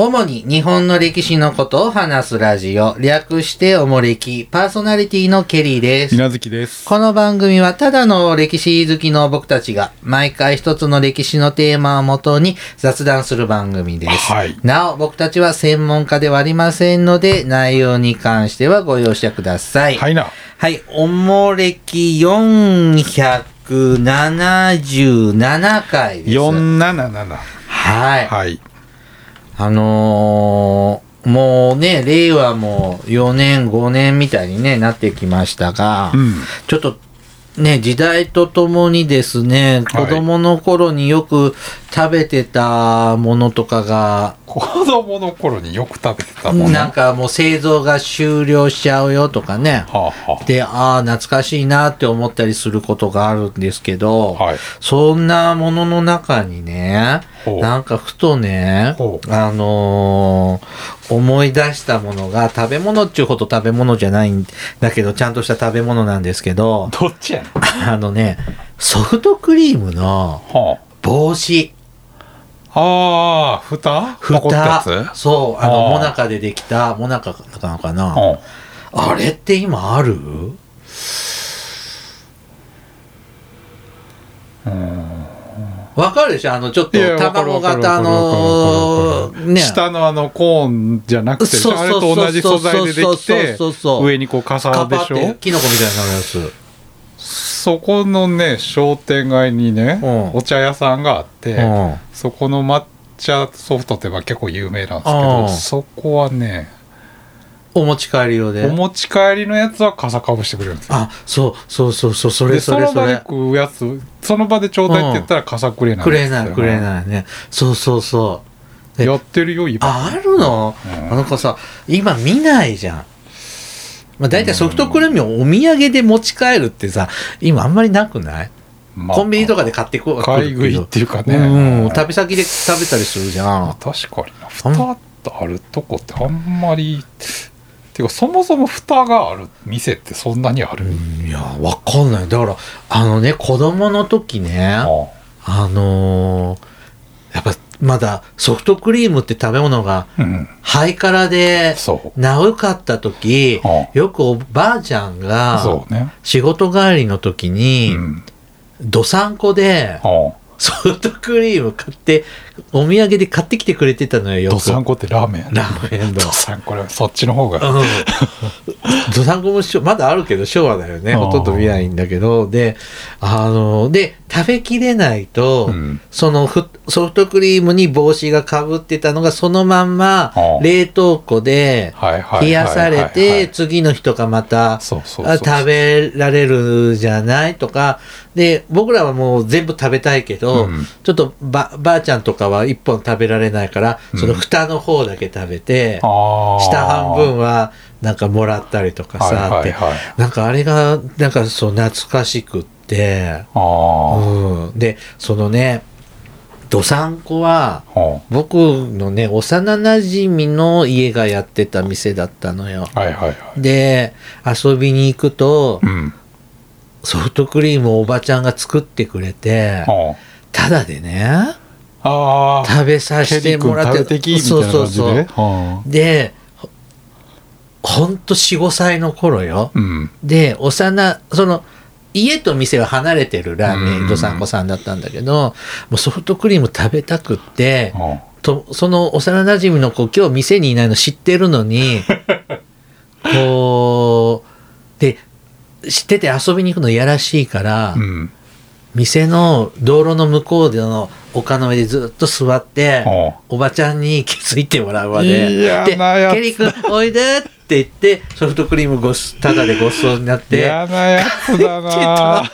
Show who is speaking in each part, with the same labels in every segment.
Speaker 1: 主に日本の歴史のことを話すラジオ、略しておもれき、パーソナリティのケリーです。
Speaker 2: みなずきです。
Speaker 1: この番組はただの歴史好きの僕たちが毎回一つの歴史のテーマをもとに雑談する番組です。
Speaker 2: はい。
Speaker 1: なお、僕たちは専門家ではありませんので、内容に関してはご容赦ください。
Speaker 2: はいな。
Speaker 1: はい、おもれき477回です。
Speaker 2: 477。
Speaker 1: はい。
Speaker 2: はい。
Speaker 1: もうね、令和も4年、5年みたいに、ね、なってきましたが、ちょっとね、時代とともにですね、子供の頃によく食べてたものとかが、
Speaker 2: 子供の頃によく食べてたもの
Speaker 1: なんかもう製造が終了しちゃうよとかね。で、懐かしいなって思ったりすることがあるんですけど、そんなものの中にね、なんかふとね、思い出したものが、食べ物っていうほど食べ物じゃないんだけど、ちゃんとした食べ物なんですけど、
Speaker 2: どっちやねん。
Speaker 1: ソフトクリームの帽子。
Speaker 2: 蓋
Speaker 1: そう、モナカでできた、モナカなのかな、あれって今ある？わかるでしょ？ちょっと卵型の
Speaker 2: ね、下のコーンじゃなくて、あれと同じ素材でできて、上にこう傘でしょ？
Speaker 1: キノコみたいなやつ。
Speaker 2: そこのね、商店街にね、お茶屋さんがあって、そこの抹茶ソフトって結構有名なんですけど、そこはね、
Speaker 1: お持ち帰り用で、
Speaker 2: お持ち帰りのやつは傘かぶしてくれるんですよ。
Speaker 1: そうそれ
Speaker 2: その場で食うやつ、その場でちょうだいって言ったら傘くれないんですよ。
Speaker 1: くれないね。そう
Speaker 2: やってるよ今。
Speaker 1: あるの？なんかさ、今見ないじゃん。だいたいソフトクリームをお土産で持ち帰るってさ、今あんまりなくない？コンビニとかで買ってこう。
Speaker 2: 買い食いっていうかね。
Speaker 1: 旅先で食べたりするじゃん。
Speaker 2: 確かにな。蓋あるとこってあんまり。てかそもそも蓋がある店ってそんなにある？
Speaker 1: いや、わかんない。だから子供の時ね、やっぱまだソフトクリームって食べ物がハイカラでナウかった時、よくおばあちゃんが仕事帰りの時にどさんこでソフトクリーム買ってお土産で買ってきてくれてたのよ。
Speaker 2: どさんこってラーメン
Speaker 1: の
Speaker 2: どさんこれそっちの方が、
Speaker 1: どさんこもまだあるけど昭和だよね。ほとんど見ないんだけど、で食べきれないと、そのソフトクリームに帽子がかぶってたのがそのまんま冷凍庫で冷やされて、次の日とかまた食べられるじゃないとかで、僕らはもう全部食べたいけど、ちょっとばあちゃんとかは一本食べられないから、その蓋の方だけ食べて、下半分はなんかもらったりとかさ、なんかあれがなんかそう懐かしくって、でそのね、どさんこは僕のね幼なじみの家がやってた店だったのよ。で遊びに行くと、ソフトクリームをおばちゃんが作ってくれて、ただでね食べさせてもらって、でほんと 4,5 歳の頃よ、でその家と店が離れてるラーメンどさんこさんだったんだけど、もうソフトクリーム食べたくってその幼なじみの子今日店にいないの知ってるのにこうで知ってて遊びに行くのやらしいから、店の道路の向こうでの丘の上でずっと座って、おばちゃんに気づいてもらうまで、でケリー君おいでって言ってソフトクリームただでごちそうになって、
Speaker 2: 嫌なやつだな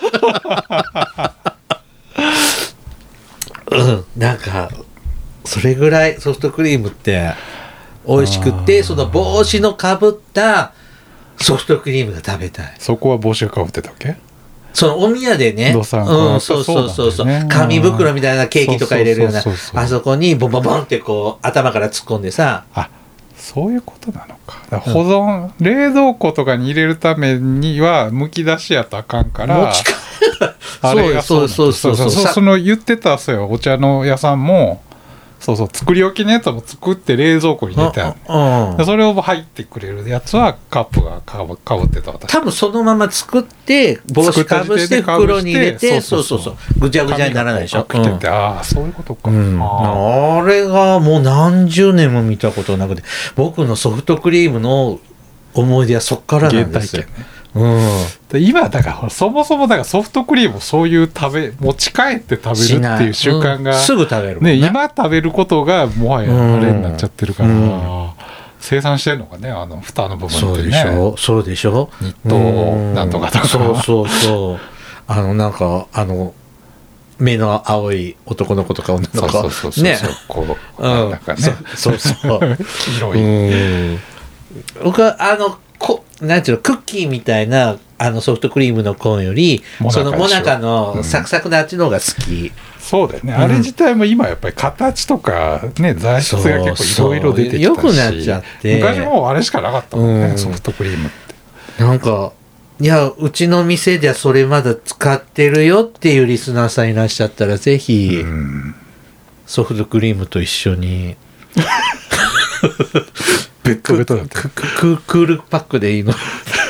Speaker 1: なんかそれぐらいソフトクリームって美味しくって、その帽子のかぶったソフトクリームが食べたい。
Speaker 2: そこは帽子がかぶってたっけ？
Speaker 1: そのお宮でね、そう紙袋みたいなケーキとか入れるような、あそこにボンボンボンってこう頭から突っ込んでさ、
Speaker 2: そういうことなのか。保存、冷蔵庫とかに入れるためにはむき出しやとあかんから、あれがその言ってたそうよ、お茶の屋さんもそうそう、作り置きのやつも作って冷蔵庫に入れてある、それを入ってくれるやつはカップがかぶってた。
Speaker 1: 多分そのまま作って帽子かぶして袋に入れて、そうぐちゃぐちゃにならないでしょ。
Speaker 2: ああ、そういうことか、
Speaker 1: あれがもう何十年も見たことなくて、僕のソフトクリームの思い出はそっからなんですよ。
Speaker 2: 今だからそもそもだからソフトクリームをそういう持ち帰って食べるっていう習慣が、
Speaker 1: すぐ食べる
Speaker 2: ね、今食べることがもはやあれになっちゃってるから、生産してるのがね、蓋の部分ってね、
Speaker 1: そうでしょ
Speaker 2: 日東なんとかとか、
Speaker 1: そうなんか目の青い男の子とか女の子ね、
Speaker 2: こうなんかね、
Speaker 1: そう
Speaker 2: 広い。
Speaker 1: 僕はなんていうの、クッキーみたいなソフトクリームのコーンよりそのモナカのサクサクなあっちの方が好き。
Speaker 2: そうだよね、あれ自体も今やっぱり形とかね、材質が結構いろいろ出てきたし、
Speaker 1: よくなっちゃって、
Speaker 2: 昔もあれしかなかったもんね、ソフトクリームって。
Speaker 1: なんかいや、うちの店ではそれまだ使ってるよっていうリスナーさんいらっしゃったら、ぜひソフトクリームと一緒に
Speaker 2: ベッドベッドだって
Speaker 1: クールパックでいいの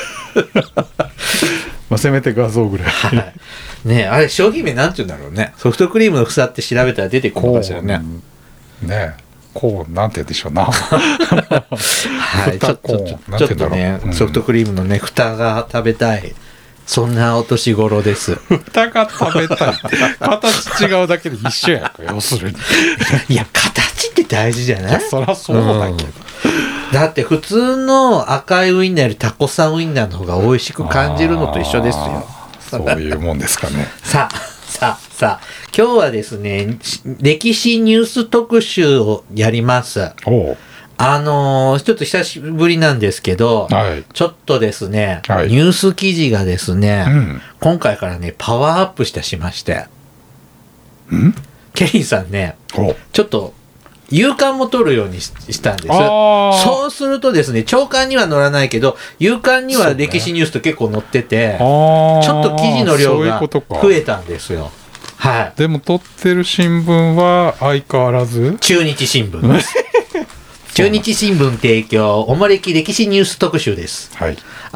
Speaker 2: まあせめて画像ぐらい、
Speaker 1: ね、あれ商品名なんて言うんだろうね。ソフトクリームの房って調べたら出てくるのかしらね。
Speaker 2: こうなんて言うんでしょうな
Speaker 1: はい、ちょっとね、ソフトクリームのね蓋が食べたい、そんなお年頃です。
Speaker 2: 蓋が食べたい形違うだけで一緒や要するに
Speaker 1: いや、形って大事じゃない？
Speaker 2: そりゃそうだけど、
Speaker 1: だって普通の赤いウインナーよりタコさんウインナーの方が美味しく感じるのと一緒ですよ。
Speaker 2: そういうもんですかね。
Speaker 1: さあ今日はですね、歴史ニュース特集をやります。ちょっと久しぶりなんですけど、ちょっとですね、ニュース記事がですね、今回からねパワーアップしまして、ケリーさんね、ちょっと夕刊も取るようにしたんです。そうするとですね、朝刊には載らないけど夕刊には歴史ニュースと結構載ってて、ちょっと記事の量が増えたんですよ。はい。
Speaker 2: でも撮ってる新聞は相変わらず
Speaker 1: 中日新聞です。中日新聞提供おもれき歴史ニュース特集です。
Speaker 2: はい。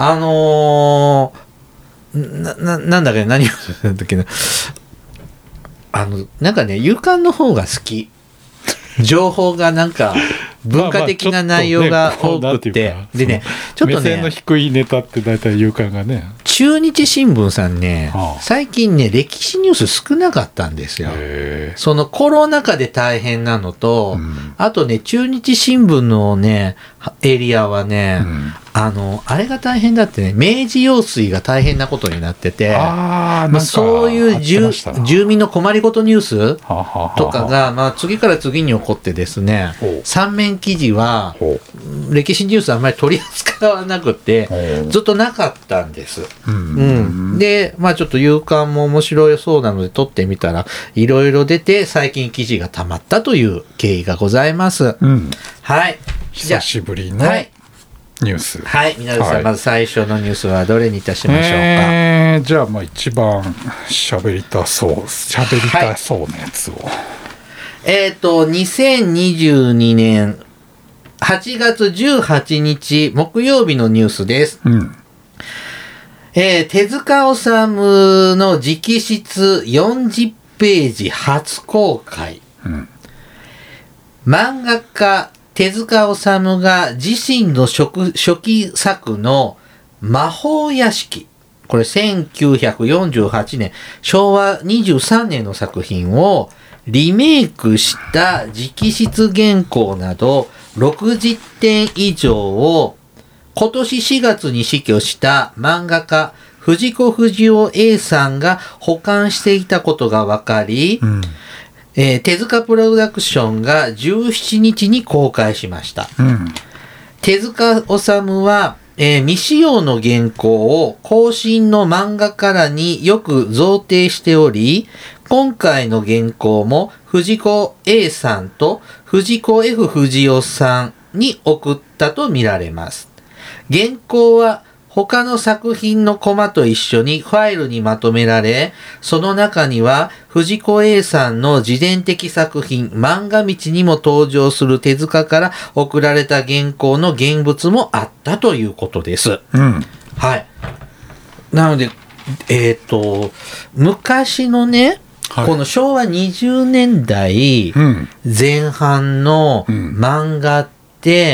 Speaker 1: なんだっけ、何をするんだっけな、なんかね、夕刊の方が好き。情報がなんか文化的な内容が多くて、でね、ちょっとね、
Speaker 2: 目線の低いネタって大体夕刊がね、
Speaker 1: 中日新聞さんね、最近ね歴史ニュース少なかったんですよ。そのコロナ禍で大変なのと、あとね、中日新聞のねエリアはね、あれが大変だってね、明治用水が大変なことになってて、そういう住民の困りごとニュースとかが、次から次に起こってですね、3面記事は歴史ニュースあんまり取り扱わなくて、ずっとなかったんです。で、ちょっと夕刊も面白いそうなので撮ってみたらいろいろ出て、最近記事がたまったという経緯がございます。はい。
Speaker 2: 久しぶりのニュース。
Speaker 1: はい、皆さん、まず最初のニュースはどれにいたしましょうか。
Speaker 2: じゃあ一番喋りたそうなやつを。
Speaker 1: 2022年8月18日木曜日のニュースです。手塚治虫の直筆40ページ初公開。漫画家手塚治虫が自身の初期作の魔法屋敷、これ1948年昭和23年の作品をリメイクした直筆原稿など60点以上を今年4月に死去した漫画家藤子不二雄 A さんが保管していたことが分かり、手塚プロダクションが17日に公開しました。手塚治虫は、未使用の原稿を後進の漫画家らによく贈呈しており、今回の原稿も藤子 A さんと藤子 F 不二雄さんに送ったとみられます。原稿は他の作品のコマと一緒にファイルにまとめられ、その中には藤子 A さんの自伝的作品漫画道にも登場する手塚から送られた原稿の現物もあったということです。
Speaker 2: うん、
Speaker 1: はい。なので、昔のね、はい、この昭和20年代前半の漫画って、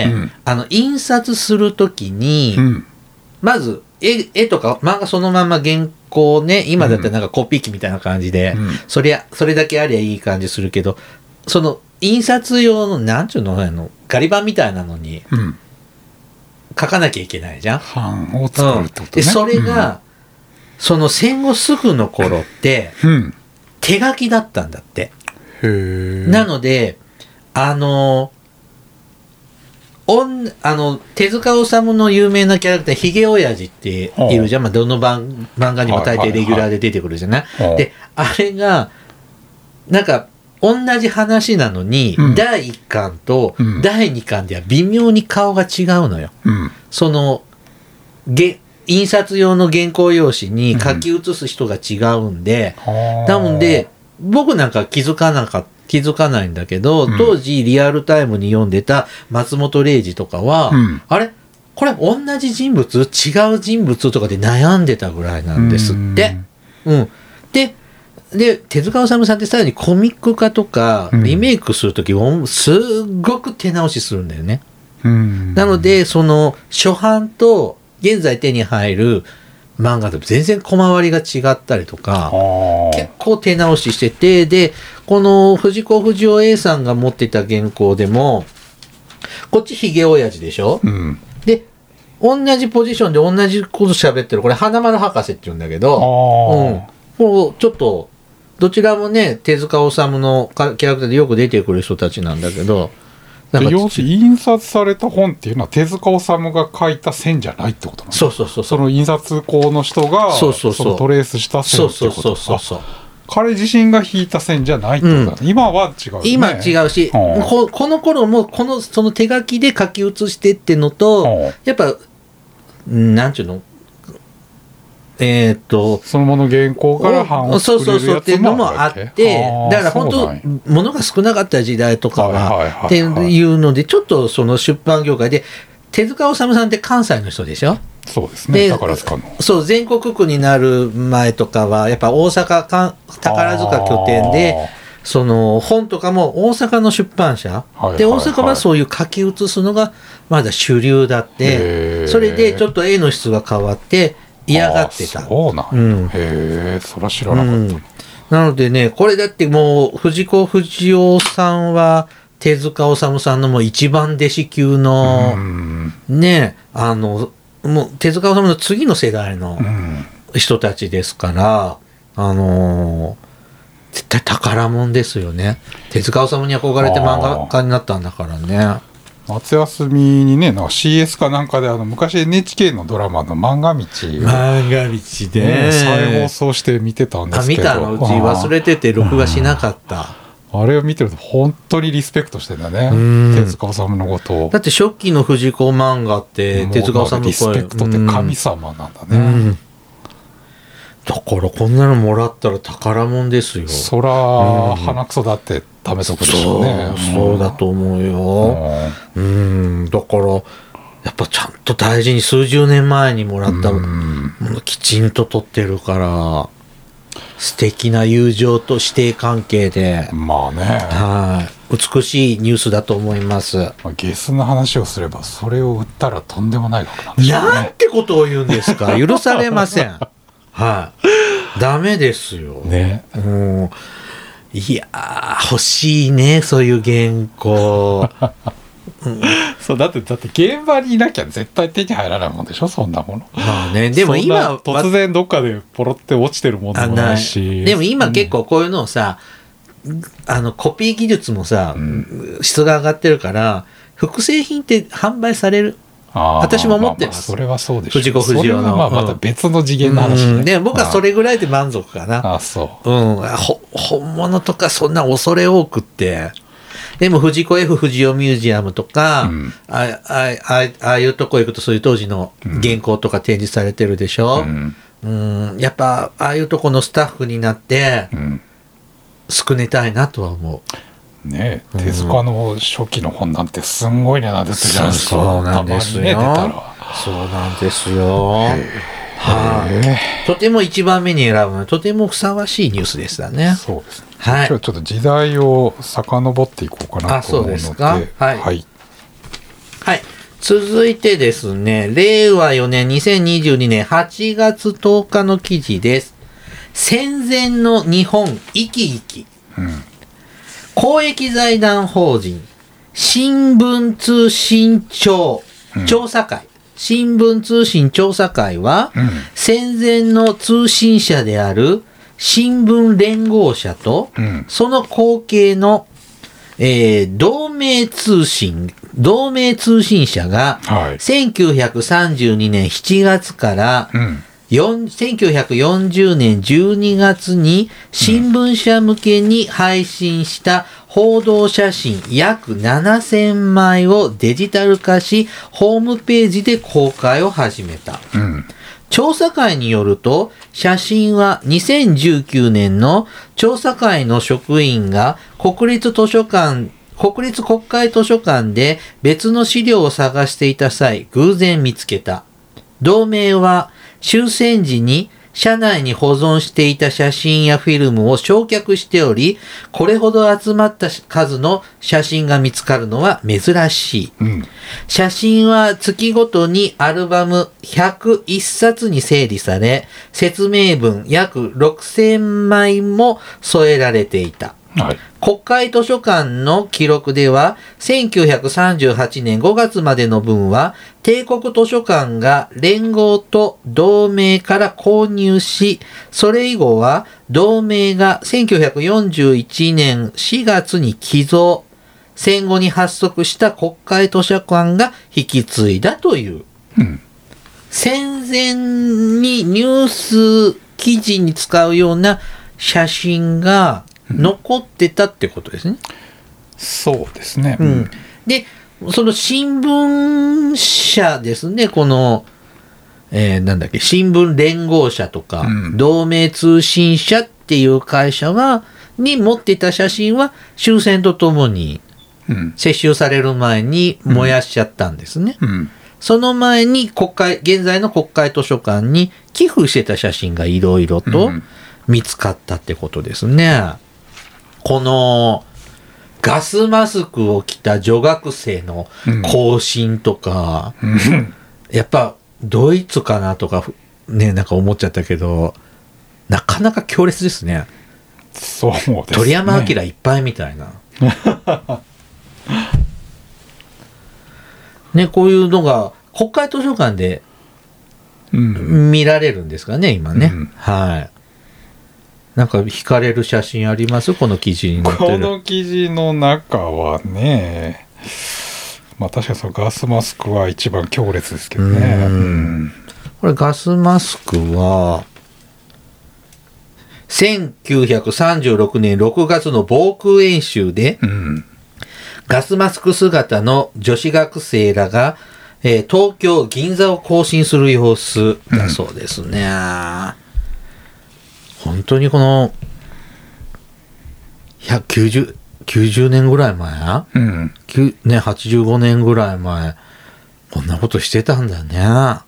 Speaker 1: 印刷するときに、まず絵とか漫画そのまま原稿ね、今だったらなんかコピー機みたいな感じで、それだけありゃいい感じするけど、その印刷用のなんちゅうのガリ版みたいなのに書かなきゃいけないじゃん。
Speaker 2: 版を作るってことね。
Speaker 1: でそれが、その戦後すぐの頃って、手書きだったんだって。なので手塚治虫の有名なキャラクターひげおやじっているじゃん、どの漫画にも大抵レギュラーで出てくるじゃない、であれがなんか同じ話なのに、第1巻と第2巻では微妙に顔が違うのよ、その印刷用の原稿用紙に書き写す人が違うんで、なので僕なんか気づかないんだけど、当時リアルタイムに読んでた松本零士とかは、あれこれ同じ人物違う人物とかで悩んでたぐらいなんですって。で手塚治虫さんってさらにコミック化とかリメイクするときすっごく手直しするんだよね。なのでその初版と現在手に入る漫画と全然小回りが違ったりとか結構手直ししてて、でこの藤子不二雄 A さんが持ってた原稿でもこっちひげおやじでしょ、で同じポジションで同じこと喋ってるこれ花丸博士って言うんだけど、こうちょっとどちらもね手塚治虫のキャラクターでよく出てくる人たちなんだけど、
Speaker 2: 要するに印刷された本っていうのは手塚治虫が書いた線じゃないってことなんですか。その印刷工の人がそのトレースした線ってことですか。彼自身が引いた線じゃないってことだね、今は違うよね。
Speaker 1: 今違うし、この頃もその手書きで書き写してってのと、やっぱなんちゅうの
Speaker 2: そのもの原稿から版を作れるやつもあって、
Speaker 1: だから本当物が少なかった時代とかはっていうので、ちょっとその出版業界で手塚治虫さんって関西の人でしょ。
Speaker 2: そうですね。宝塚の
Speaker 1: そう全国区になる前とかはやっぱ大阪宝塚拠点でその本とかも大阪の出版社、で大阪はそういう書き写すのがまだ主流だって、それでちょっと絵の質が変わって嫌がってた。
Speaker 2: そうなんへえ、そら知らなかった、
Speaker 1: なのでね、これだってもう藤子不二雄さんは手塚治虫さんのもう一番弟子級のね、もう手塚治虫の次の世代の人たちですから、絶対宝物ですよね。手塚治虫に憧れて漫画家になったんだからね。
Speaker 2: 夏休みにね、なんか CS かなんかで昔 NHK のドラマの漫画道
Speaker 1: で、
Speaker 2: 再放送して見てたんですけど、
Speaker 1: 見たのうち忘れてて録画しなかった。
Speaker 2: あれを見てると本当にリスペクトしてんだね、手塚治虫のことを。
Speaker 1: だって初期の藤子漫画って手塚治虫の
Speaker 2: リスペクトって神様なんだね、
Speaker 1: だからこんなのもらったら宝物ですよ。
Speaker 2: そら、鼻くそだって食べとくでしょうね。
Speaker 1: そうだと思うよ。だからやっぱちゃんと大事に数十年前にもらったものきちんと取ってるから、素敵な友情と師弟関係で、
Speaker 2: まあね、
Speaker 1: 美しいニュースだと思います。
Speaker 2: ゲスの話をすればそれを売ったらとんでもない額なんでしょうね。
Speaker 1: なんてことを言うんですか。許されません。ダメですよ。
Speaker 2: ね。
Speaker 1: いやー、欲しいね、そういう原稿。
Speaker 2: そうだって現場にいなきゃ絶対手に入らないもんでしょ、そんなもの。
Speaker 1: まあね、でも今
Speaker 2: 突然どっかでポロって落ちてるもんでもないし。
Speaker 1: でも今結構こういうのをさ、コピー技術もさ、質が上がってるから複製品って販売される。私も思ってます。
Speaker 2: それはそうでしょ。
Speaker 1: 藤子不二雄の。
Speaker 2: それはまた別の次元の話ね。
Speaker 1: で僕はそれぐらいで満足かな。
Speaker 2: そう。
Speaker 1: 本物とかそんな恐れ多くって。 でも藤子 F 不二雄ミュージアムとか、ああいうとこ行くとそういう当時の原稿とか展示されてるでしょ。やっぱああいうとこのスタッフになって、少ねたいなとは思う。
Speaker 2: ねえ、手塚の初期の本なんてすんごい値段ですじゃないですか。
Speaker 1: そうなんですよ。
Speaker 2: たまにね、出たら。
Speaker 1: そうなんですよ。とても一番目に選ぶのはとてもふさわしいニュースでしたね。
Speaker 2: そうですね。
Speaker 1: はい、
Speaker 2: 今日ちょっと時代を遡っていこうかなと思うので。
Speaker 1: そうですか。はい。
Speaker 2: はい。
Speaker 1: はい。続いてですね、令和4年2022年8月10日の記事です。戦前の日本生き生き。公益財団法人新聞通信調査会。新聞通信調査会は、戦前の通信社である新聞連合社と、その後継の、同盟通信社が、1932年7月から、1940年12月に新聞社向けに配信した報道写真約7000枚をデジタル化し、ホームページで公開を始めた。調査会によると、写真は2019年の調査会の職員が国立国会図書館で別の資料を探していた際、偶然見つけた。同盟は終戦時に社内に保存していた写真やフィルムを焼却しており、これほど集まった数の写真が見つかるのは珍しい。写真は月ごとにアルバム101冊に整理され、説明文約6000枚も添えられていた。国会図書館の記録では、1938年5月までの分は、帝国図書館が連合と同盟から購入し、それ以後は同盟が1941年4月に寄贈、戦後に発足した国会図書館が引き継いだという。戦前にニュース記事に使うような写真が、残ってたってことですね。
Speaker 2: そうですね。
Speaker 1: で、その新聞社ですね、この、新聞連合社とか、同盟通信社っていう会社に持っていた写真は終戦とともに接収される前に燃やしちゃったんですね。その前に現在の国会図書館に寄付してた写真がいろいろと見つかったってことですね。このガスマスクを着た女学生の行進とか、やっぱドイツかなとかね、なんか思っちゃったけど、なかなか強烈ですね。
Speaker 2: そうですね。
Speaker 1: 鳥山明いっぱいみたいな。ね、こういうのが国会図書館で見られるんですかね、今ね。はい。なんか惹かれる写真あります？この記事に載ってる。
Speaker 2: この記事の中はね、まあ確かにそのガスマスクは一番強烈ですけどね。
Speaker 1: これガスマスクは1936年6月の防空演習で、ガスマスク姿の女子学生らが、東京銀座を行進する様子だそうですね。本当にこの90年ぐらい前、85年ぐらい前、こんなことしてたんだね。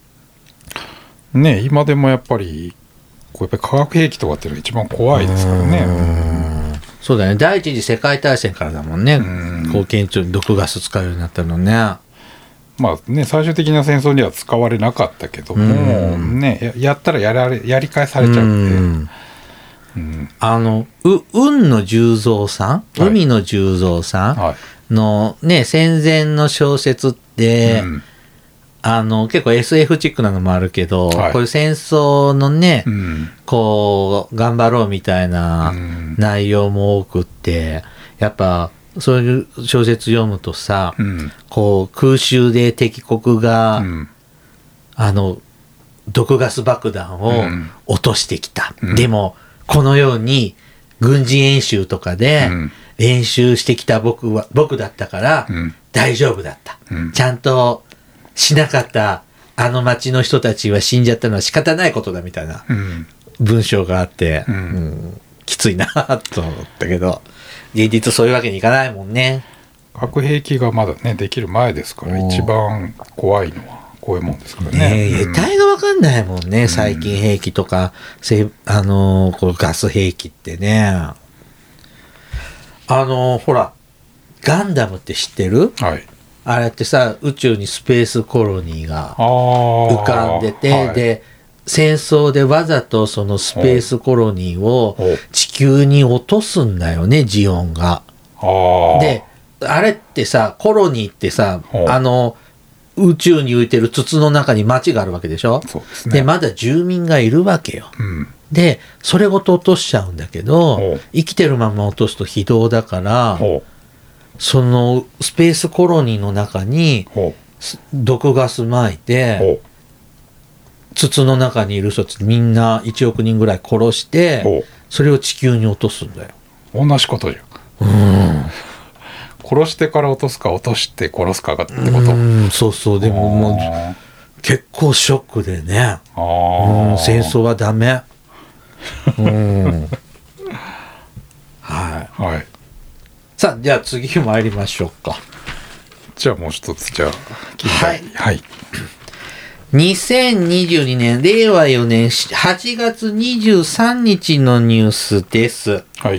Speaker 2: ね、今でもやっぱりやっぱり化学兵器とかっていうのが一番怖いですからね。
Speaker 1: そうだね。第一次世界大戦からだもんね。貢献中に毒ガス使うようになったのね。
Speaker 2: まあね、最終的な戦争には使われなかったけども、ね、やったらやり返されちゃうんで。
Speaker 1: 海野十三さん、海野十三さんのね、戦前の小説って、結構 SF チックなのもあるけど、こういう戦争のね、こう、頑張ろうみたいな内容も多くって、やっぱ、そういう小説読むとさ、こう空襲で敵国が、毒ガス爆弾を落としてきた。でもこのように軍事演習とかで、 練習してきた僕だったから大丈夫だった、ちゃんとしなかったあの町の人たちは死んじゃったのは仕方ないことだみたいな文章があって、きついなと思ったけど、現実そういうわけにいかないもんね。
Speaker 2: 核兵器がまだねできる前ですから、一番怖いのはこういうもんですからね。
Speaker 1: 得体が分かんないもんね、細菌兵器とか、こうガス兵器ってね。ほらガンダムって知ってる？
Speaker 2: はい。
Speaker 1: あれってさ、宇宙にスペースコロニーが浮かんでて、はい、で戦争でわざとそのスペースコロニーを地球に落とすんだよね、ジオンが。であれってさ、コロニーってさ、宇宙に浮いてる筒の中に町があるわけでしょ。
Speaker 2: そうですね。
Speaker 1: でまだ住民がいるわけよ、でそれごと落としちゃうんだけど、生きてるまま落とすと非道だから、そのスペースコロニーの中に毒ガス撒いて、筒の中にいる人たちみんな1億人ぐらい殺して、それを地球に落とすんだよ。
Speaker 2: 同じことじゃん。殺してから落とすか落として殺すかがってこと。
Speaker 1: そうそう。でももう結構ショックでね。戦争はダメ。はい。さあじゃあ次参りましょうか。
Speaker 2: じゃあもう一つじゃあ
Speaker 1: はい。2022年令和4年8月23日のニュースです。
Speaker 2: はい。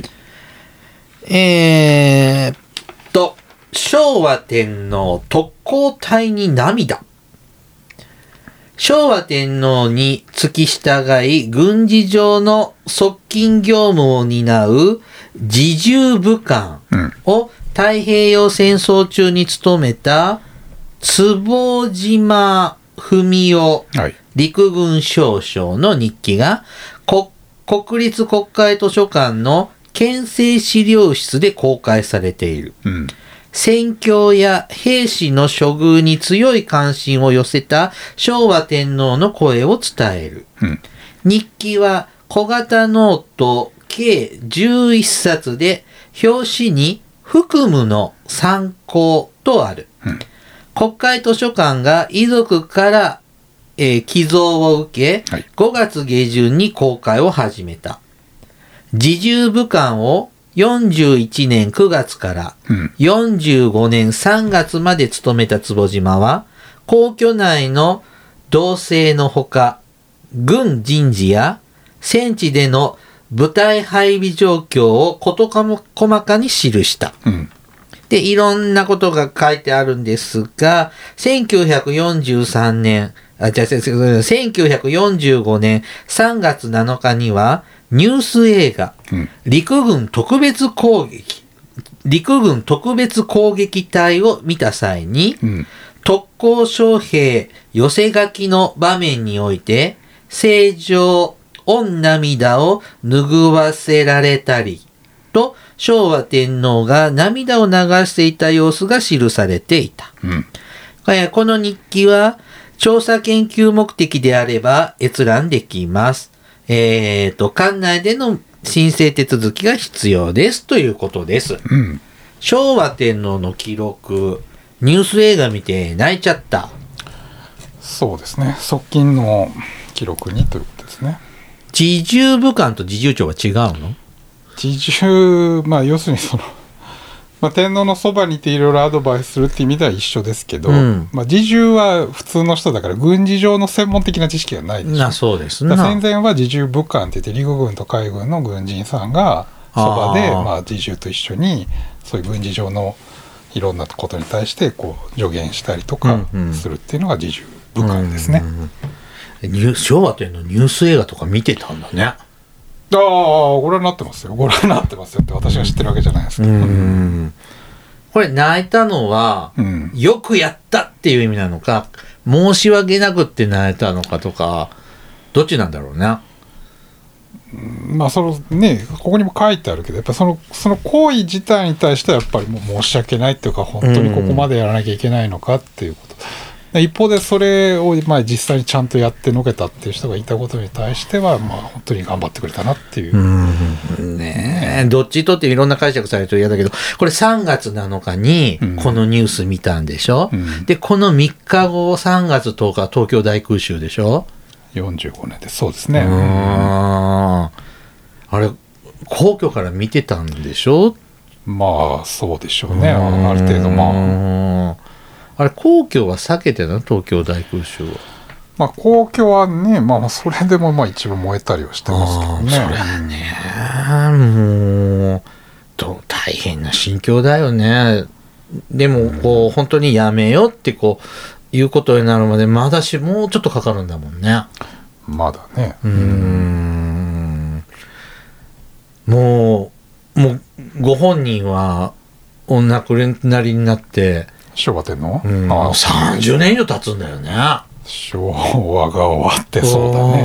Speaker 1: 昭和天皇特攻隊に涙。昭和天皇に付き従い軍事上の側近業務を担う侍従武官を太平洋戦争中に務めた坪島文雄陸軍少将の日記が国立国会図書館の憲政資料室で公開されている。戦況や兵士の処遇に強い関心を寄せた昭和天皇の声を伝える。日記は小型ノート計11冊で、表紙に福務の参考とある。国会図書館が遺族から、寄贈を受け、5月下旬に公開を始めた。侍従武官を41年9月から45年3月まで務めた坪島は、皇居内の動静のほか、軍人事や戦地での部隊配備状況を事細かに記した。で、いろんなことが書いてあるんですが、1945年3月7日には、ニュース映画、陸軍特別攻撃隊を見た際に、特攻将兵寄せ書きの場面において、正常、御涙を拭わせられたり、と昭和天皇が涙を流していた様子が記されていた。この日記は、調査研究目的であれば閲覧できます。館内での申請手続きが必要ですということです。昭和天皇の記録、ニュース映画見て泣いちゃった。
Speaker 2: そうですね。側近の記録にということですね。
Speaker 1: 侍従武官と侍従長は違うの？
Speaker 2: 侍従、要するに天皇のそばにいていろいろアドバイスするっていう意味では一緒ですけど、侍従は普通の人だから軍事上の専門的な知識がないでしょ。
Speaker 1: そうですね。
Speaker 2: 戦前は侍従武官って言って陸軍と海軍の軍人さんがそばで侍従と一緒にそういう軍事上のいろんなことに対してこう助言したりとかするっていうのが侍従武官ですね。
Speaker 1: 昭和天皇ニュース映画とか見てたんだね。
Speaker 2: ご覧になってますよって私が知ってるわけじゃないですけど、
Speaker 1: これ泣いたのは、よくやったっていう意味なのか、申し訳なくって泣いたのかとか、どっちなんだろうね。
Speaker 2: ここにも書いてあるけど、やっぱその行為自体に対してはやっぱりもう申し訳ないっていうか、本当にここまでやらなきゃいけないのかっていうこと。一方でそれを実際にちゃんとやってのけたっていう人がいたことに対しては本当に頑張ってくれたなっていう。
Speaker 1: ね、どっちとっていろんな解釈されると嫌だけど、これ3月7日にこのニュース見たんでしょ、でこの3日後3月10日東京大空襲でしょ。
Speaker 2: 45年で、そうですね。
Speaker 1: あれ皇居から見てたんでしょ。
Speaker 2: まあそうでしょうね、ある程度。ま
Speaker 1: あれ皇居は避けてたの、東京大空襲は。
Speaker 2: まあ皇居はね、まあそれでもまあ一部燃えたりはしてますけどね。
Speaker 1: それはね、もう大変な心境だよね。でもこう本当にやめようってこういうことになるまでまだもうちょっとかかるんだもんね。
Speaker 2: まだね。
Speaker 1: もうご本人はお亡くなりになって
Speaker 2: 昭和天皇、
Speaker 1: 30年以上経つんだよね。
Speaker 2: 昭和が終わってそうだね、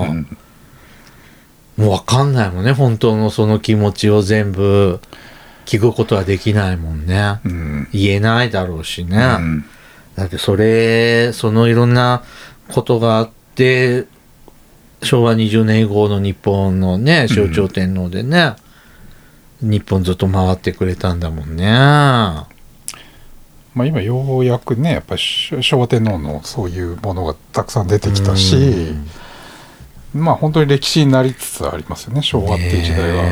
Speaker 1: もう分かんないもんね、本当のその気持ちを全部聞くことはできないもんね、言えないだろうしね、だってそのいろんなことがあって昭和20年以降の日本のね象徴天皇でね、日本ずっと回ってくれたんだもんね。
Speaker 2: まあ、今ようやくねやっぱり昭和天皇のそういうものがたくさん出てきたし、まあ本当に歴史になりつつありますよね、昭和っていう時代は。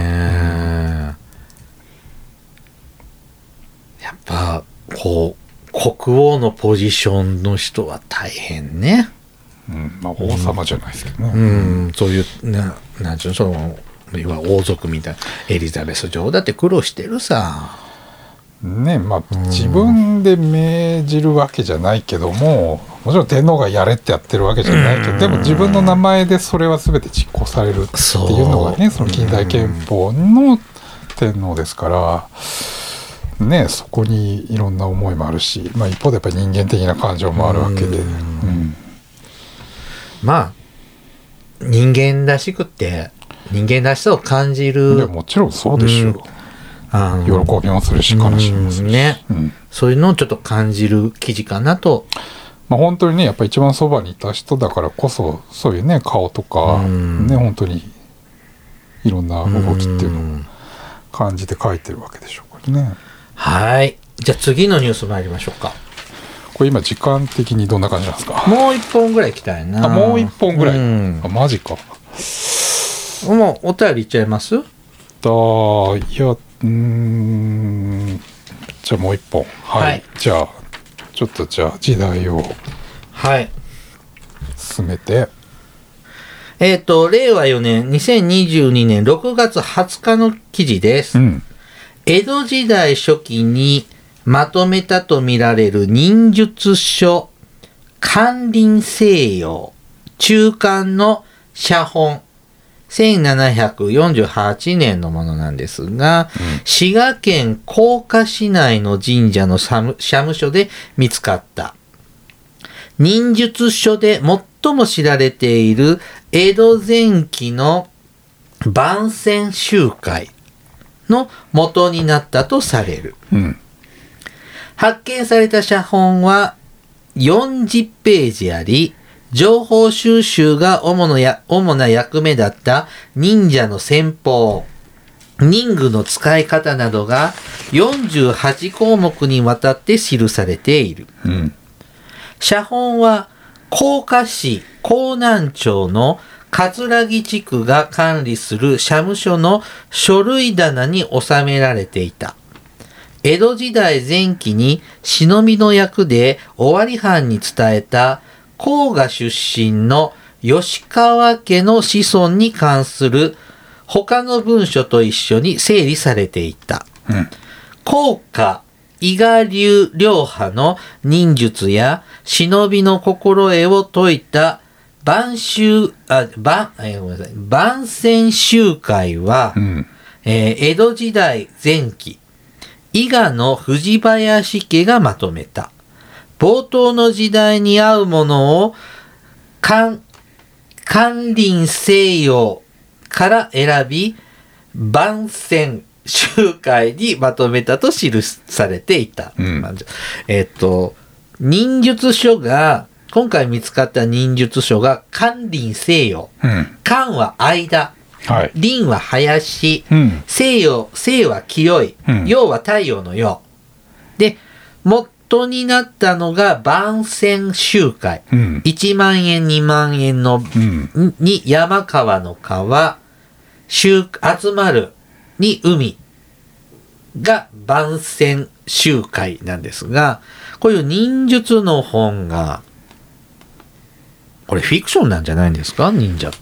Speaker 1: やっぱこう国王のポジションの人は大変ね。
Speaker 2: まあ王様じゃないですけどね。
Speaker 1: そういうなんちゅうの、そのいわゆる王族みたいなエリザベス女王だって苦労してるさ。
Speaker 2: ね、まあ自分で命じるわけじゃないけども、もちろん天皇がやれってやってるわけじゃないけど、でも自分の名前でそれは全て実行されるっていうのがね、その近代憲法の天皇ですからね、そこにいろんな思いもあるし、まあ一方でやっぱり人間的な感情もあるわけで、
Speaker 1: まあ人間らしくって人間らしさを感じる。
Speaker 2: いやもちろんそうでしょう。喜びもするし悲しみもするし、
Speaker 1: そういうのをちょっと感じる記事かなと。
Speaker 2: まあ本当にねやっぱ一番そばにいた人だからこそそういうね顔とかね本当にいろんな動きっていうのを感じて書いてるわけでしょうからね。
Speaker 1: はい、じゃあ次のニュース参りましょうか。
Speaker 2: これ今時間的にどんな感じなんですか。
Speaker 1: もう一本ぐらい行きたいな。
Speaker 2: もう一本ぐらい、マジか。
Speaker 1: もうお便りいっちゃいます。
Speaker 2: いやじゃあもう一本、はい、じゃあちょっとじゃあ時代を進めて、
Speaker 1: 令和4年2022年6月20日の記事です、江戸時代初期にまとめたとみられる忍術書関林西洋中巻の写本1748年のものなんですが、滋賀県甲賀市内の神社の社務所で見つかった忍術書で最も知られている江戸前期の万戦集会の元になったとされる、発見された写本は40ページあり、情報収集が主な役目だった忍者の戦法、忍具の使い方などが48項目にわたって記されている。写本は甲賀市甲南町の葛城地区が管理する社務所の書類棚に収められていた。江戸時代前期に忍びの役で尾張藩に伝えた甲賀出身の吉川家の子孫に関する他の文書と一緒に整理されていた。甲賀伊賀流両派の忍術や忍びの心得を説いた万戦集会は、江戸時代前期、伊賀の藤林家がまとめた。冒頭の時代に合うものを関林西洋から選び、万戦集会にまとめたと記されていた。忍術書が、今回見つかった忍術書が関林西洋。関は間。
Speaker 2: はい、
Speaker 1: 林は林、
Speaker 2: うん、
Speaker 1: 生は清い、
Speaker 2: うん、
Speaker 1: 陽は太陽の陽。で、元になったのが万銭集会。
Speaker 2: うん、
Speaker 1: 1万円、2万円の、
Speaker 2: うん、
Speaker 1: に山川の川、集まるに海が万銭集会なんですが、こういう忍術の本が、これフィクションなんじゃないんですか、忍者って。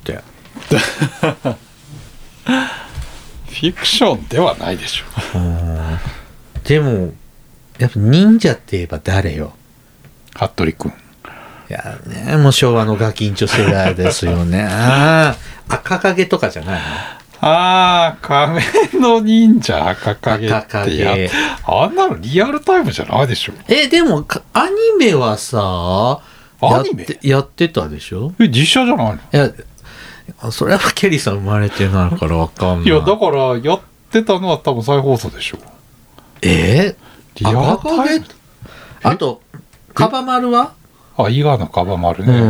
Speaker 2: フィクションではないでしょ
Speaker 1: う。でもやっぱ忍者って言えば誰よ。
Speaker 2: 服部君。
Speaker 1: いやね、もう昭和のガキンチョ世代ですよね。赤影とかじゃないの。
Speaker 2: 仮面の忍者赤影ってあんなのリアルタイムじゃないでしょ。
Speaker 1: でもアニメはさ、やってたでしょ。
Speaker 2: 実写じゃないの。いや、
Speaker 1: それはケリーさん生まれてないから分かんない。
Speaker 2: いやだからやってたのは多分再放送でしょ。
Speaker 1: リアルタイム。あとカバマルは
Speaker 2: 伊賀のカバマルね、うん、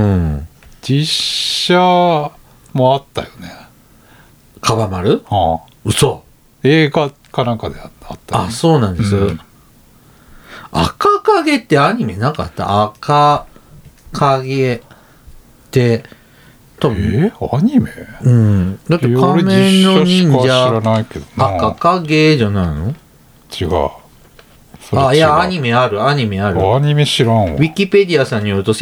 Speaker 2: 実写もあったよね。
Speaker 1: カバマル、嘘。映画かなんかであった、ね、そうなんです、うん、赤影ってアニメなかった。赤影って
Speaker 2: 多分アニメ、
Speaker 1: うん、だって仮面の忍者赤影じゃないの。
Speaker 2: 違う。
Speaker 1: いやアニメある。アニメ
Speaker 2: 知らんわ。
Speaker 1: ウィキペディアさんによると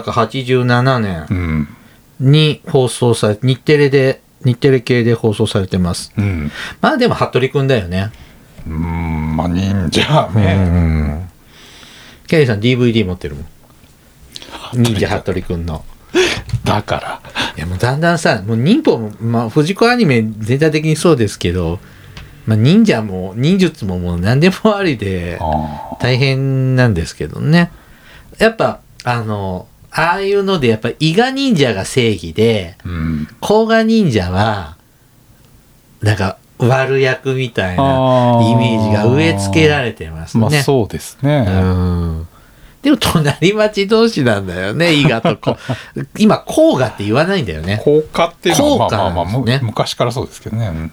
Speaker 1: 1987年に放送され、日テレ系で放送されてます、うん、まあでも服部くんだよね。
Speaker 2: まあ忍者ね。
Speaker 1: ケリーさん DVD 持ってるもん、忍者服部くんの。
Speaker 2: だから
Speaker 1: いやもうだんだんさ、もう忍法も、まあ藤子アニメ全体的にそうですけど、まあ、忍者も忍術ももう何でもありで大変なんですけどね。やっぱああいうのでやっぱ伊賀忍者が正義で、甲賀忍者はなんか悪役みたいなイメージが植え付けられてますね。
Speaker 2: まあそうですね。
Speaker 1: でも隣町同士なんだよね、伊賀と今甲賀って言わないんだよね。
Speaker 2: 甲賀っていうのはまあ昔からそうですけどね。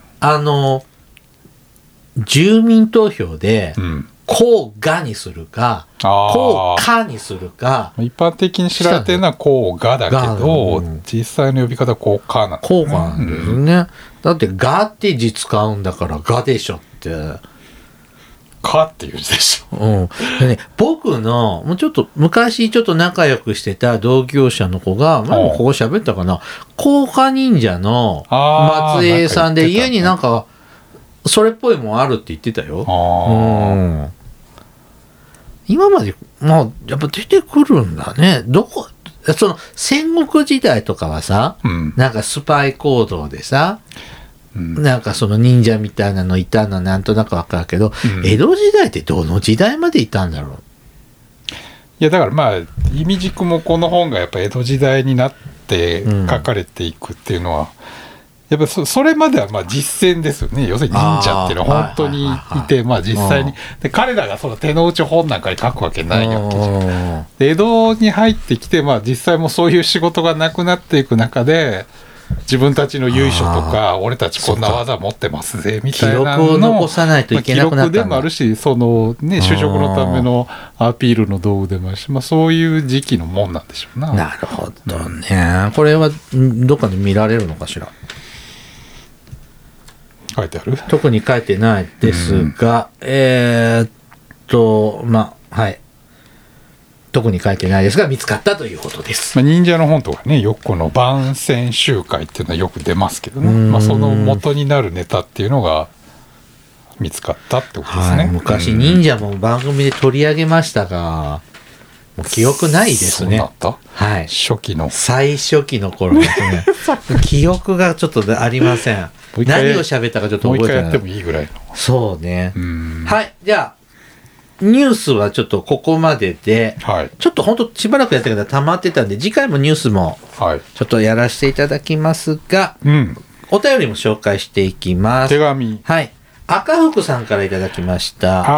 Speaker 1: 住民投票で甲賀にするか甲賀にするか、
Speaker 2: 一般的に知られてるのは甲賀だけど、実際の呼び方は甲賀なんですね。
Speaker 1: 甲賀なんですね、だって賀って字使うんだから賀でしょって。
Speaker 2: かっていう字でしょ。
Speaker 1: でね、僕のもうちょっと昔ちょっと仲良くしてた同業者の子が、前もここ喋ったかな、甲賀忍者の松江さんで家になんかそれっぽいもんあるって言ってたよ。今までまあやっぱ出てくるんだね。その戦国時代とかはさ、なんかスパイ行動でさ、なんかその忍者みたいなのいたのなんとなく分かるけど、江戸時代ってどの時代までいたんだろう。
Speaker 2: いやだからまあ意味軸もこの本がやっぱ江戸時代になって書かれていくっていうのは、やっぱそれまではまあ実践ですよね。要するに忍者っていうのは本当にいて、まあ実際にで彼らがその手の内本なんかに書くわけないわけじゃん。で江戸に入ってきて、まあ実際もそういう仕事がなくなっていく中で、自分たちの由緒とか俺たちこんな技持ってますぜみたいなの
Speaker 1: 記録を残さないといけなくなったんだ。
Speaker 2: 記録でもあるし、そのね就職のためのアピールの道具でもあるし、まあそういう時期のもんなんでしょうな。
Speaker 1: なるほどね。これはどっかで見られるのかしら。
Speaker 2: 書いてある？
Speaker 1: 特に書いてないですが、まあはい。特に書いてないですが見つかったということです。
Speaker 2: まあ、忍者の本とかね、よくこの万銭集会っていうのはよく出ますけどね、まあ、その元になるネタっていうのが見つかったってことですね。
Speaker 1: 昔忍者も番組で取り上げましたが、もう記憶ないですね。
Speaker 2: そうだった？はい。最
Speaker 1: 初期の頃ですね。記憶がちょっとありません。何を喋ったかちょっと覚えてない。
Speaker 2: もう一回やってもいいぐらいの。
Speaker 1: そうね。はい。じゃあニュースはちょっとここまでで、ちょっと本当しばらくやったけど溜まってたんで、次回もニュースもちょっとやらせていただきますが、お便りも紹介していきます。
Speaker 2: 手紙。
Speaker 1: はい。赤福さんからいただきました。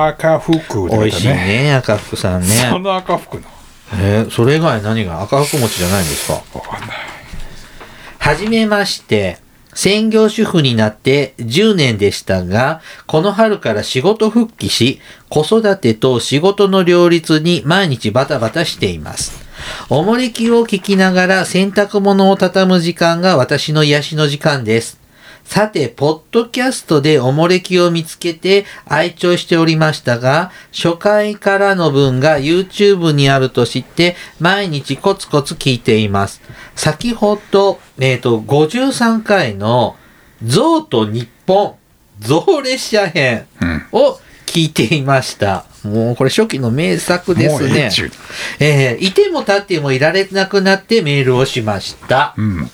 Speaker 2: 赤福、
Speaker 1: 美味しいね、赤福さんね。
Speaker 2: その赤福
Speaker 1: の。それ以外何が赤福餅じゃないんですか？
Speaker 2: わかんない。
Speaker 1: はじめまして。 専業主婦になって10年でしたが、この春から仕事復帰し、子育てと仕事の両立に毎日バタバタしています。おもれきを聞きながら洗濯物を畳む時間が私の癒しの時間です。さて、ポッドキャストでおもれきを見つけて愛聴しておりましたが、初回からの分が YouTube にあると知って毎日コツコツ聞いています。先ほど、53回のゾウと日本、ゾウ列車編を聞いていました。もうこれ初期の名作ですね。いても立ってもいられなくなってメールをしました。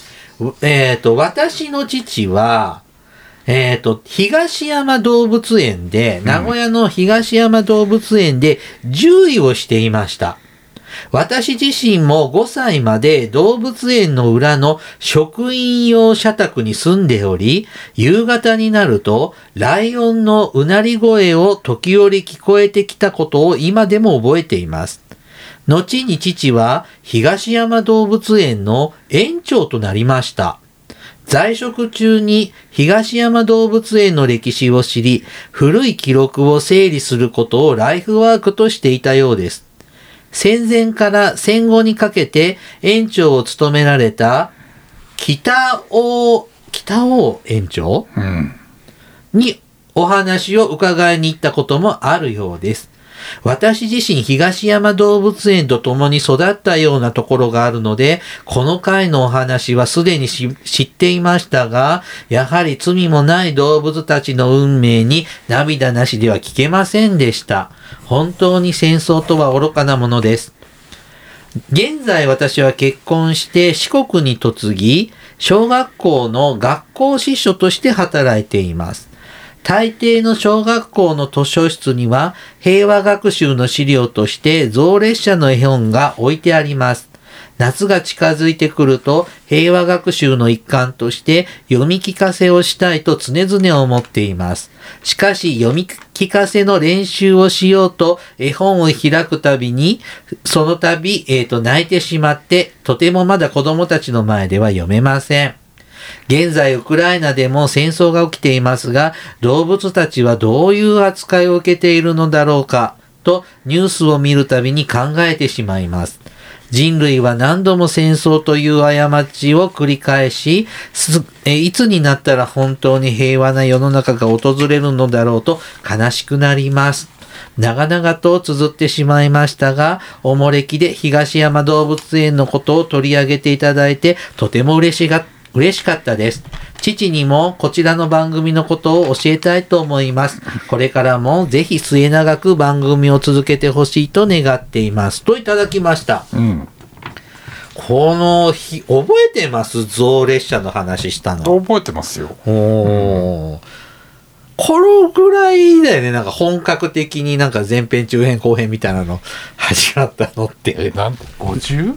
Speaker 1: 私の父は、東山動物園で、名古屋の東山動物園で獣医をしていました。私自身も5歳まで動物園の裏の職員用社宅に住んでおり、夕方になるとライオンのうなり声を時折聞こえてきたことを今でも覚えています。後に父は東山動物園の園長となりました。在職中に東山動物園の歴史を知り、古い記録を整理することをライフワークとしていたようです。戦前から戦後にかけて園長を務められた北尾園長、にお話を伺いに行ったこともあるようです。私自身東山動物園と共に育ったようなところがあるので、この回のお話はすでに知っていましたが、やはり罪もない動物たちの運命に涙なしでは聞けませんでした。本当に戦争とは愚かなものです。現在私は結婚して四国に嫁ぎ、小学校の学校司書として働いています。大抵の小学校の図書室には平和学習の資料としてゾウ列車の絵本が置いてあります。夏が近づいてくると平和学習の一環として読み聞かせをしたいと常々思っています。しかし読み聞かせの練習をしようと絵本を開くたびにその度、泣いてしまってとてもまだ子供たちの前では読めません。現在ウクライナでも戦争が起きていますが、動物たちはどういう扱いを受けているのだろうかとニュースを見るたびに考えてしまいます。人類は何度も戦争という過ちを繰り返し、いつになったら本当に平和な世の中が訪れるのだろうと悲しくなります。長々と綴ってしまいましたが、おもれきで東山動物園のことを取り上げていただいてとても嬉しかったです。父にもこちらの番組のことを教えたいと思います。これからもぜひ末永く番組を続けてほしいと願っています。といただきました。この日、覚えてます？ゾウ列車の話したの。
Speaker 2: 覚えてますよ。
Speaker 1: このぐらいだよね。なんか本格的になんか前編中編後編みたいなの始まったのって。
Speaker 2: なんて 50？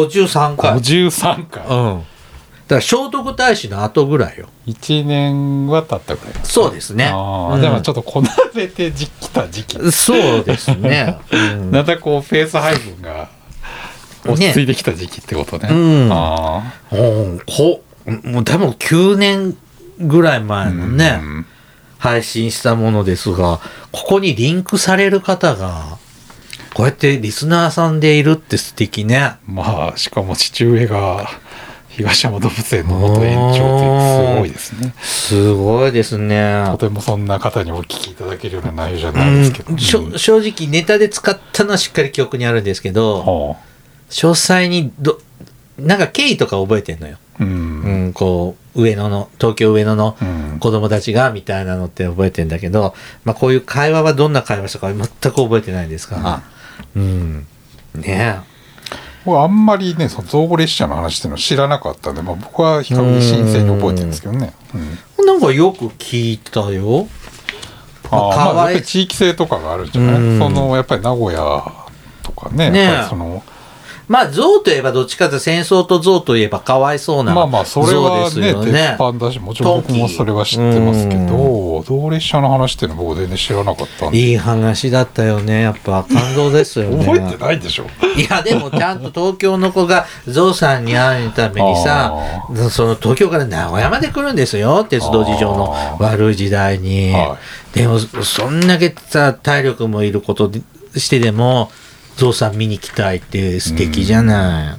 Speaker 1: 53回。
Speaker 2: 53回。
Speaker 1: だから聖徳太子の後ぐらいよ。
Speaker 2: 1年は経ったぐらい。
Speaker 1: そうですね。
Speaker 2: でもちょっとこなれて来た時期。
Speaker 1: そうですね。
Speaker 2: なんだこうペース配分が落ち着いてきた時期ってことね。
Speaker 1: もう多分9年ぐらい前のね、配信したものですが、ここにリンクされる方がこうやってリスナーさんでいるって素敵ね。
Speaker 2: まあしかも父上が東山動物園の元園長ってすごいですね。
Speaker 1: すごいですね。
Speaker 2: とてもそんな方にお聞きいただけるような内容じゃないですけど、
Speaker 1: 正直ネタで使ったのはしっかり記憶にあるんですけど、詳細になんか経緯とか覚えてんのよ。こう東京上野の子供たちがみたいなのって覚えてんだけど、こういう会話はどんな会話したか全く覚えてないですから、ねえ。
Speaker 2: 僕はあんまりね、そのゾウ列車の話っていうのを知らなかったんで、僕は比較的新鮮に覚えてるんですけどね。
Speaker 1: なんかよく聞いたよ。
Speaker 2: やっぱり地域性とかがあるんじゃない？やっぱり名古屋とかね。やっぱり
Speaker 1: ゾウといえばどっちかというと戦争とゾウといえばかわいそうな
Speaker 2: それはね鉄板だし、もちろん僕もそれは知ってますけど、 歩道列車の話っていうの僕全然知らなかったんで。
Speaker 1: いい話だったよね。やっぱ感動ですよね。
Speaker 2: 覚えてないでしょ。
Speaker 1: いやでもちゃんと東京の子がゾウさんに会うためにさ、その東京から名古屋まで来るんですよ、鉄道事情の悪い時代に。でもそんだけさ体力もいることしてでもゾウさん見に来たいって素敵じゃない。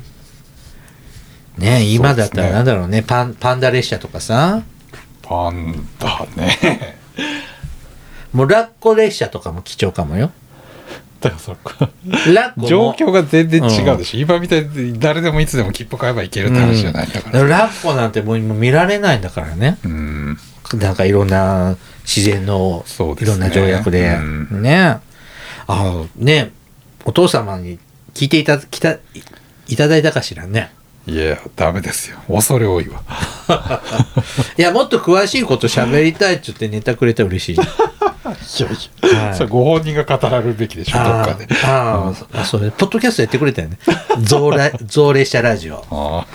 Speaker 1: ね、今だったらなんだろうね、パンダ列車とかさ。
Speaker 2: パンダね。
Speaker 1: もうラッコ列車とかも貴重かもよ。
Speaker 2: だからそラッコ状況が全然違うでしょ、今みたいに誰でもいつでも切符買えばいけるって話じゃないんだから、
Speaker 1: ラッコなんてもう今見られないんだからね。なんかいろんな自然のいろんな条約でね。ね、お父様に聞いていただいたかしらね。
Speaker 2: いやダメですよ、恐れ多いわ。
Speaker 1: いやもっと詳しいこと喋りたいって言ってネタくれたら嬉しい。
Speaker 2: それご本人が語られるべきでしょ、どっかで。
Speaker 1: それポッドキャストやってくれたよね。ゾウ列車ラジオ。はい。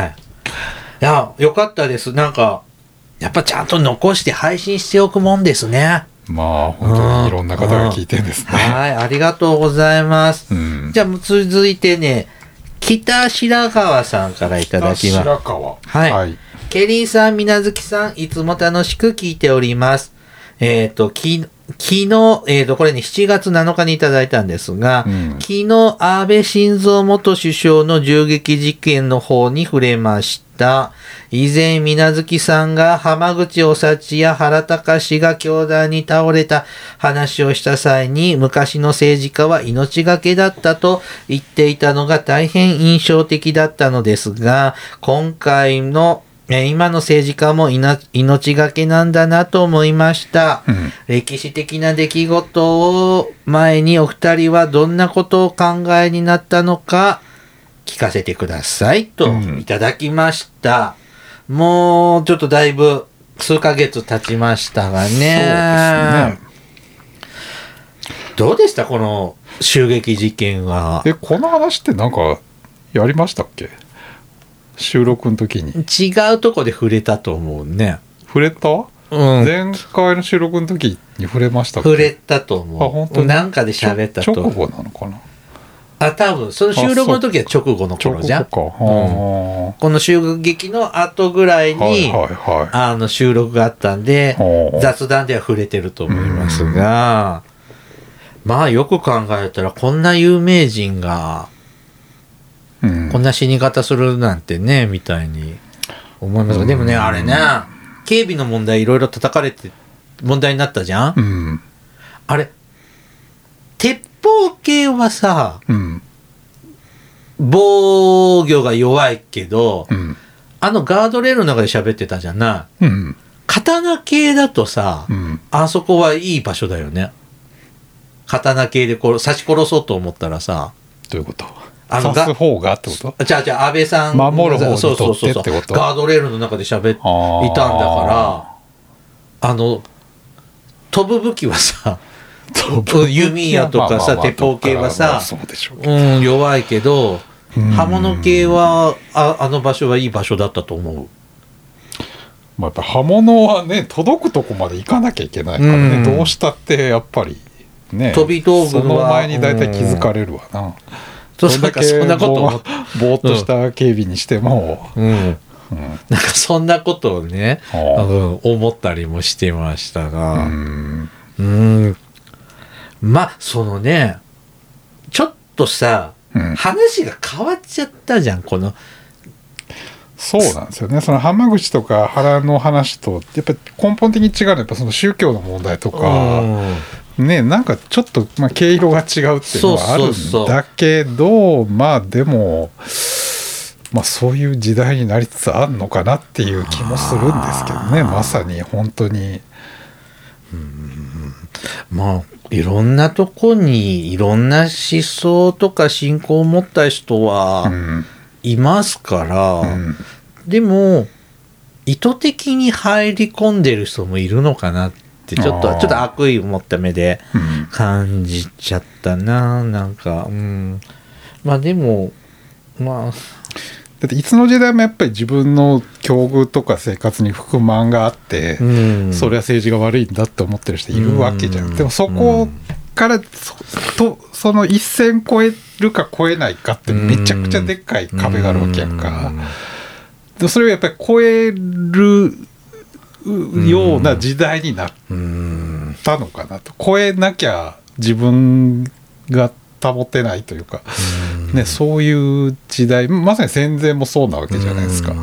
Speaker 1: いやよかったです。なんかやっぱちゃんと残して配信しておくもんですね。
Speaker 2: まあ本当にいろんな方が聞いてるんですね。
Speaker 1: はい、ありがとうございます。じゃあ続いてね、北白川さんからいただきます。
Speaker 2: 白川。
Speaker 1: はい。ケリーさん、みなずきさん、いつも楽しく聞いております。昨日、これね、7月7日にいただいたんですが、昨日、安倍晋三元首相の銃撃事件の方に触れました。以前、みなずきさんが浜口おさちや原敬氏が凶弾に倒れた話をした際に、昔の政治家は命がけだったと言っていたのが大変印象的だったのですが、今回の今の政治家も命がけなんだなと思いました。歴史的な出来事を前にお二人はどんなことを考えになったのか聞かせてくださいといただきました。もうちょっとだいぶ数ヶ月経ちましたがね。そうですね。どうでしたこの襲撃事件は。
Speaker 2: この話ってなんかやりましたっけ？収録の時に
Speaker 1: 違うとこで触れたと思うね。
Speaker 2: 触れた？前回の収録の時に触れましたっけ？
Speaker 1: 触れたと思う。本当になんかで喋ったと。
Speaker 2: 直後なのかな。
Speaker 1: 多分その収録の時は直後の頃じゃん。この襲撃の後ぐらいに、収録があったんで雑談では触れてると思いますが、まあよく考えたらこんな有名人がこんな死に方するなんてねみたいに思いますが、でもねあれね警備の問題いろいろ叩かれて問題になったじゃん。あれ鉄砲系はさ、防御が弱いけど、ガードレールの中で喋ってたじゃない、刀系だとさ、あそこはいい場所だよね。刀系で刺し殺そうと思ったらさ。
Speaker 2: どういうこと？刺す方がってこと？
Speaker 1: じゃあ安倍さん
Speaker 2: 守る方にとってってこと？
Speaker 1: ガードレールの中で喋っていたんだから飛ぶ武器はさ弓矢とかさ鉄砲系はさ弱いけど刃物系はあの場所はいい場所だったと思う。
Speaker 2: やっぱ刃物はね届くとこまで行かなきゃいけないからね、どうしたってやっぱりね
Speaker 1: 飛び道具は
Speaker 2: その前に大体気づかれるわな。そんだけぼーっとした警備にしても、
Speaker 1: なんかそんなことをね、思ったりもしてましたが、まあそのねちょっとさ、話が変わっちゃったじゃんこの。
Speaker 2: そうなんですよね。その浜口とか原の話とやっぱり根本的に違うのはやっぱその宗教の問題とか。ね、なんかちょっと、毛色が違うっていうのはあるんだけど、でも、そういう時代になりつつあるのかなっていう気もするんですけどね。まさに本当に
Speaker 1: いろんなとこにいろんな思想とか信仰を持った人はいますから、でも意図的に入り込んでる人もいるのかなってちょっと悪意を持った目で感じちゃったな、なんか、でも
Speaker 2: だっていつの時代もやっぱり自分の境遇とか生活に不満があって、それは政治が悪いんだって思ってる人いるわけじゃん。でもそこからその一線越えるか越えないかってめちゃくちゃでっかい壁があるわけやんか。でそれをやっぱり越えるような時代になったのかなと。越えなきゃ自分が保てないというか、ね、そういう時代、まさに戦前もそうなわけじゃないですか。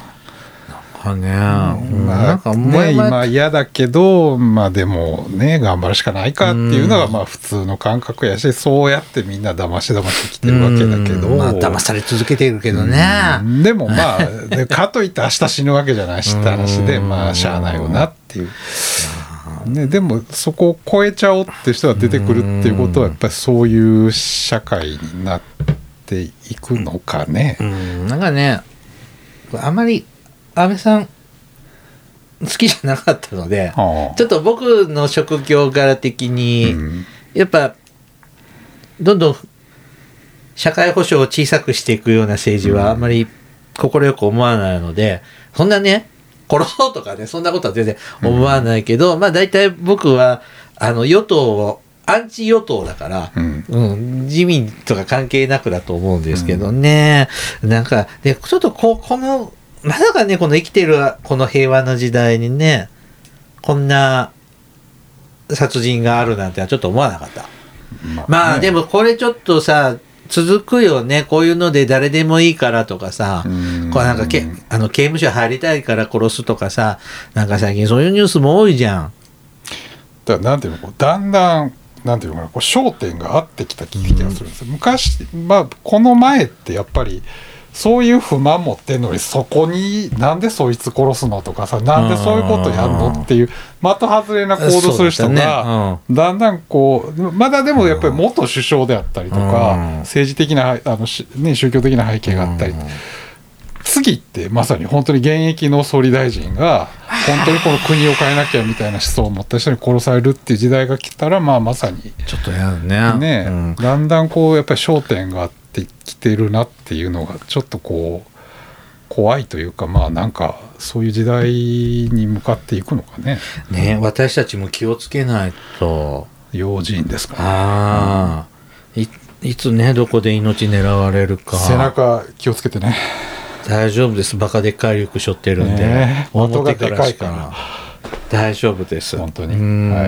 Speaker 2: なんかね、今嫌だけど、まあでもね頑張るしかないかっていうのがまあ普通の感覚やし、そうやってみんな騙し生きてるわけだけど、
Speaker 1: まあ騙され続けているけどね。
Speaker 2: でもまあかといって明日死ぬわけじゃないしって話で、まあしゃあないよなっていう。ね、でもそこを超えちゃおうって人が出てくるっていうことはやっぱりそういう社会になっていくのかね。
Speaker 1: なんかね、あんまり安倍さん好きじゃなかったので、ちょっと僕の職業柄的に、やっぱどんどん社会保障を小さくしていくような政治はあんまり快く思わないので、そんなね殺そうとかね、そんなことは全然思わないけど、まあ大体僕は与党をアンチ与党だから、自民とか関係なくだと思うんですけどね、なんかでちょっとこのまさかねこの生きてるこの平和な時代にねこんな殺人があるなんてはちょっと思わなかった。まあでもこれちょっとさ続くよね。こういうので誰でもいいからとかさ、これなんか刑務所入りたいから殺すとかさ、なんか最近そういうニュースも多いじゃん。
Speaker 2: だからなんていうの、だんだんなんていうのかな、焦点が合ってきた気がするんですよ。昔、まあこの前ってやっぱりそういう不満持ってんのに、そこになんでそいつ殺すのとかさ、なんでそういうことやるのっていう的外れな行動する人がだんだんこう、まだでもやっぱり元首相であったりとか、政治的な宗教的な背景があったり、次ってまさに本当に現役の総理大臣が本当にこの国を変えなきゃみたいな思想を持った人に殺されるっていう時代が来たら、まあまさに
Speaker 1: ちょっとやるね、
Speaker 2: だんだんこうやっぱり焦点があってきてるなっていうのがちょっとこう怖いというか、まあなんかそういう時代に向かっていくのかね。
Speaker 1: ね、私たちも気をつけないと。
Speaker 2: 用心ですから
Speaker 1: ね。いつねどこで命狙われるか。
Speaker 2: 背中気をつけてね。
Speaker 1: 大丈夫です。バカでっかいリュック背負ってるんで、
Speaker 2: 表からしか
Speaker 1: 大丈夫です。
Speaker 2: 本当に、はい、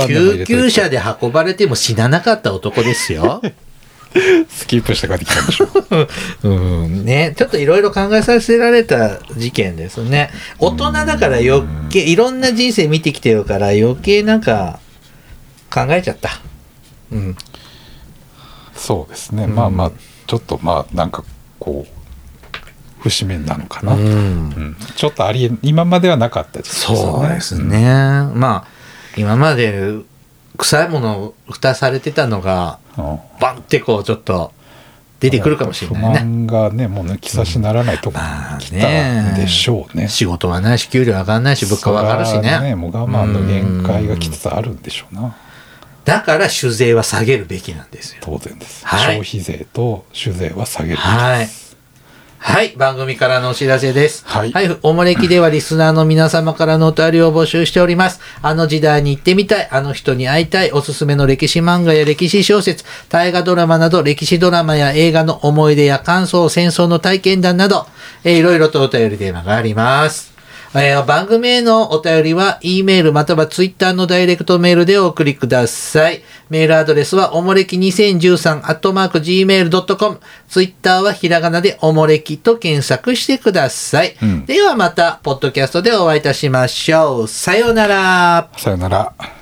Speaker 1: 救急車で運ばれても死ななかった男ですよ。
Speaker 2: スキップして帰ってきたんでしょ。
Speaker 1: ね、ちょっといろいろ考えさせられた事件ですね。大人だから余計いろんな人生見てきてるから余計なんか考えちゃった。
Speaker 2: そうですね。まあまあちょっとまあなんかこう節目なのかな。ちょっと今まではなかったです
Speaker 1: ね。そうですね。まあ今まで臭いものを蓋されてたのがバンってこうちょっと出てくるかもしれないね。
Speaker 2: 不満がねもう抜き差しならないところに来たんでしょうね。
Speaker 1: 仕事はないし給料上がらないし物価は上がるしね。
Speaker 2: もう我慢の限界がきつつあるんでしょうな。
Speaker 1: だから酒税は下げるべきなんですよ。
Speaker 2: 当然です。消費税と酒税は下げるべきです。
Speaker 1: はい、番組からのお知らせです。はい、おもれきではリスナーの皆様からのお便りを募集しております。あの時代に行ってみたい、あの人に会いたい、おすすめの歴史漫画や歴史小説、大河ドラマなど、歴史ドラマや映画の思い出や感想、戦争の体験談など、いろいろとお便りテーマがあります。番組へのお便りは E メールまたは Twitter のダイレクトメールでお送りください。メールアドレスはおもれき2013@gmail.com。Twitter はひらがなでおもれきと検索してください。ではまたポッドキャストでお会いいたしましょう。さようなら。
Speaker 2: さようなら。